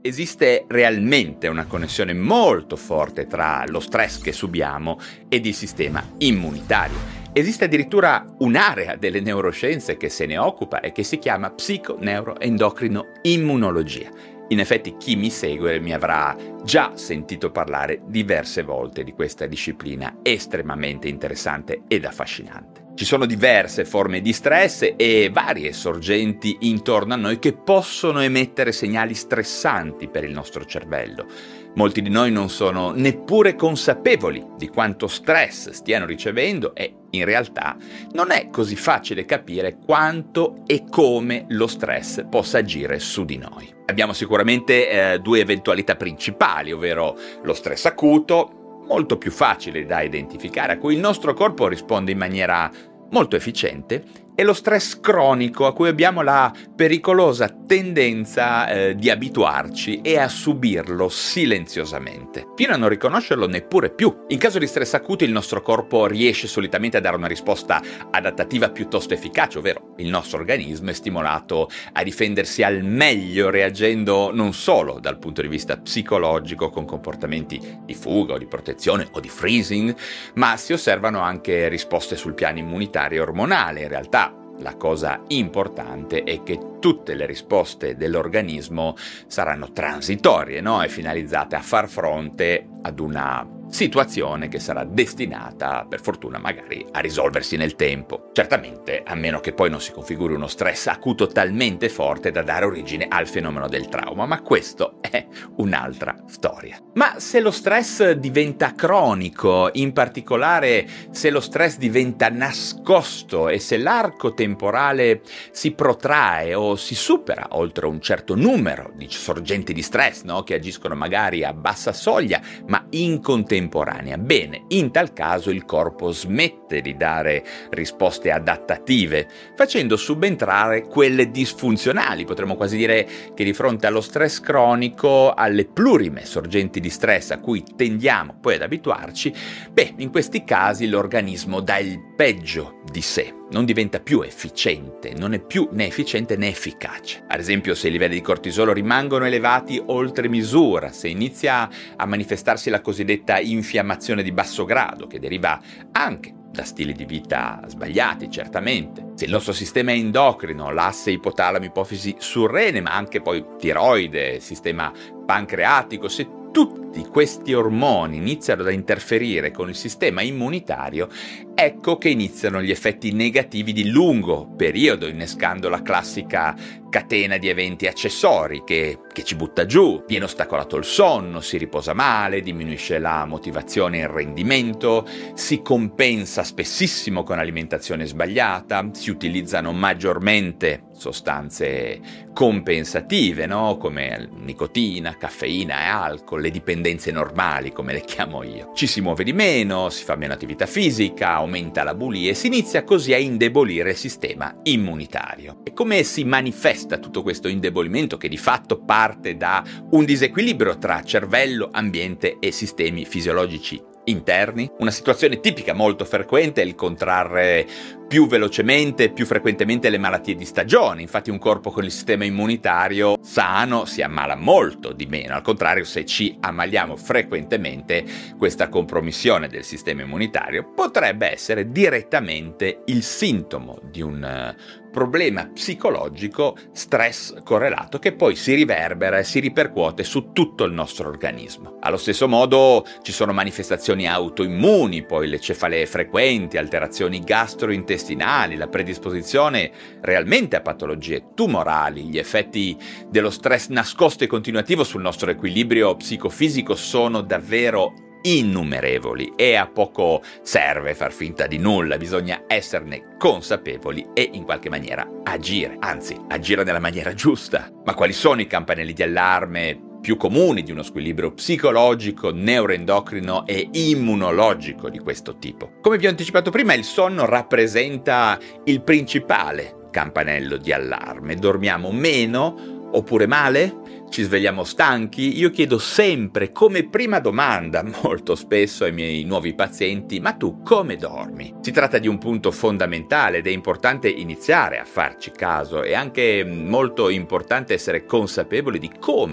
Esiste realmente una connessione molto forte tra lo stress che subiamo ed il sistema immunitario. Esiste addirittura un'area delle neuroscienze che se ne occupa e che si chiama psico-neuro-endocrino-immunologia. In effetti chi mi segue mi avrà già sentito parlare diverse volte di questa disciplina estremamente interessante ed affascinante. Ci sono diverse forme di stress e varie sorgenti intorno a noi che possono emettere segnali stressanti per il nostro cervello. Molti di noi non sono neppure consapevoli di quanto stress stiano ricevendo e in realtà non è così facile capire quanto e come lo stress possa agire su di noi. Abbiamo sicuramente due eventualità principali, ovvero lo stress acuto, molto più facile da identificare, a cui il nostro corpo risponde in maniera molto efficiente, e lo stress cronico, a cui abbiamo la pericolosa tendenza di abituarci e a subirlo silenziosamente, fino a non riconoscerlo neppure più. In caso di stress acuto il nostro corpo riesce solitamente a dare una risposta adattativa piuttosto efficace, ovvero il nostro organismo è stimolato a difendersi al meglio, reagendo non solo dal punto di vista psicologico con comportamenti di fuga o di protezione o di freezing, ma si osservano anche risposte sul piano immunitario e ormonale. In realtà la cosa importante è che tutte le risposte dell'organismo saranno transitorie, e finalizzate a far fronte ad una situazione che sarà destinata, per fortuna magari, a risolversi nel tempo. Certamente, a meno che poi non si configuri uno stress acuto talmente forte da dare origine al fenomeno del trauma, ma questo è un'altra storia. Ma se lo stress diventa cronico, in particolare se lo stress diventa nascosto e se l'arco temporale si protrae o si supera oltre un certo numero di sorgenti di stress, che agiscono magari a bassa soglia, ma in contemporanea, bene, in tal caso il corpo smette di dare risposte adattative, facendo subentrare quelle disfunzionali. Potremmo quasi dire che di fronte allo stress cronico, alle plurime sorgenti di stress a cui tendiamo poi ad abituarci, in questi casi l'organismo dà il peggio di sé, non diventa più efficiente, non è più né efficiente né efficace. Ad esempio, se i livelli di cortisolo rimangono elevati oltre misura, se inizia a manifestarsi la cosiddetta infiammazione di basso grado, che deriva anche da stili di vita sbagliati, certamente. Se il nostro sistema endocrino, l'asse ipotalamo-ipofisi surrene, ma anche poi tiroide, sistema pancreatico, se tutti questi ormoni iniziano ad interferire con il sistema immunitario, ecco che iniziano gli effetti negativi di lungo periodo, innescando la classica catena di eventi accessori che ci butta giù. Viene ostacolato il sonno, si riposa male, diminuisce la motivazione e il rendimento, si compensa spessissimo con alimentazione sbagliata, si utilizzano maggiormente sostanze compensative, come nicotina, caffeina e alcol, le dipendenze normali come le chiamo io. Ci si muove di meno, si fa meno attività fisica, aumenta la bulia e si inizia così a indebolire il sistema immunitario. E come si manifesta tutto questo indebolimento, che di fatto parte da un disequilibrio tra cervello, ambiente e sistemi fisiologici interni? Una situazione tipica molto frequente è il contrarre più velocemente, più frequentemente le malattie di stagione. Infatti un corpo con il sistema immunitario sano si ammala molto di meno. Al contrario, se ci ammaliamo frequentemente, questa compromissione del sistema immunitario potrebbe essere direttamente il sintomo di un problema psicologico, stress correlato, che poi si riverbera e si ripercuote su tutto il nostro organismo. Allo stesso modo ci sono manifestazioni autoimmuni, poi le cefalee frequenti, alterazioni gastrointestinali, la predisposizione realmente a patologie tumorali, gli effetti dello stress nascosto e continuativo sul nostro equilibrio psicofisico sono davvero innumerevoli e a poco serve far finta di nulla, bisogna esserne consapevoli e in qualche maniera agire, anzi agire nella maniera giusta. Ma quali sono i campanelli di allarme più comuni di uno squilibrio psicologico, neuroendocrino e immunologico di questo tipo? Come vi ho anticipato prima, il sonno rappresenta il principale campanello di allarme. Dormiamo meno oppure male? Ci svegliamo stanchi? Io chiedo sempre, come prima domanda, molto spesso ai miei nuovi pazienti: ma tu come dormi? Si tratta di un punto fondamentale ed è importante iniziare a farci caso. È anche molto importante essere consapevoli di come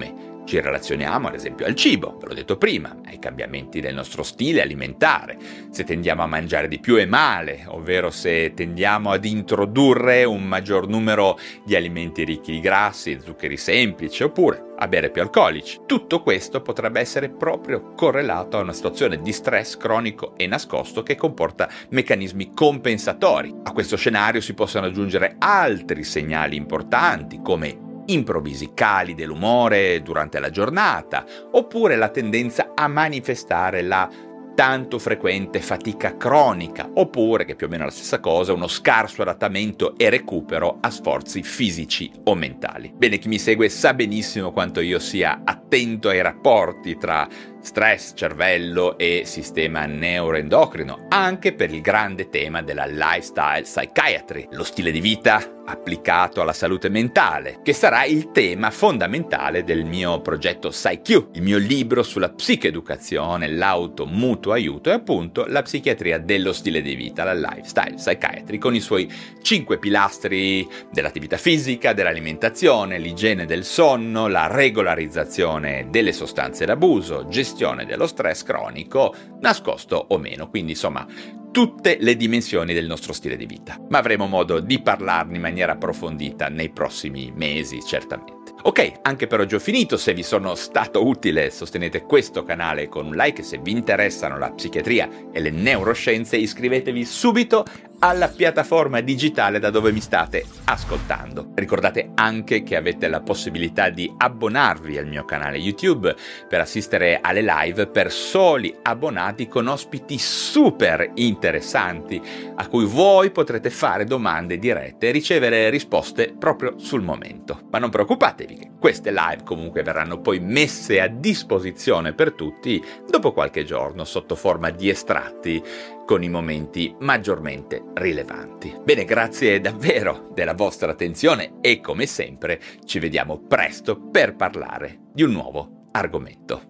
Ci relazioniamo ad esempio al cibo, ve l'ho detto prima, ai cambiamenti del nostro stile alimentare, se tendiamo a mangiare di più e male, ovvero se tendiamo ad introdurre un maggior numero di alimenti ricchi di grassi e zuccheri semplici, oppure a bere più alcolici. Tutto questo potrebbe essere proprio correlato a una situazione di stress cronico e nascosto che comporta meccanismi compensatori. A questo scenario si possono aggiungere altri segnali importanti come improvvisi cali dell'umore durante la giornata, oppure la tendenza a manifestare la tanto frequente fatica cronica, oppure, che è più o meno la stessa cosa, uno scarso adattamento e recupero a sforzi fisici o mentali. Bene, chi mi segue sa benissimo quanto io sia attento ai rapporti tra stress, cervello e sistema neuroendocrino, anche per il grande tema della lifestyle psychiatry, lo stile di vita applicato alla salute mentale, che sarà il tema fondamentale del mio progetto PsyQ, il mio libro sulla psicoeducazione, l'auto-mutuo aiuto e appunto la psichiatria dello stile di vita, la lifestyle psychiatry, con i suoi 5 pilastri dell'attività fisica, dell'alimentazione, l'igiene del sonno, la regolarizzazione delle sostanze d'abuso, gestione dello stress cronico, nascosto o meno, quindi insomma tutte le dimensioni del nostro stile di vita. Ma avremo modo di parlarne in maniera approfondita nei prossimi mesi, certamente. Ok, anche per oggi ho finito. Se vi sono stato utile, sostenete questo canale con un like. Se vi interessano la psichiatria e le neuroscienze, iscrivetevi subito alla piattaforma digitale da dove mi state ascoltando. Ricordate anche che avete la possibilità di abbonarvi al mio canale YouTube per assistere alle live per soli abbonati con ospiti super interessanti a cui voi potrete fare domande dirette e ricevere risposte proprio sul momento. Ma non preoccupatevi che queste live comunque verranno poi messe a disposizione per tutti dopo qualche giorno sotto forma di estratti con i momenti maggiormente rilevanti. Bene, grazie davvero della vostra attenzione e come sempre ci vediamo presto per parlare di un nuovo argomento.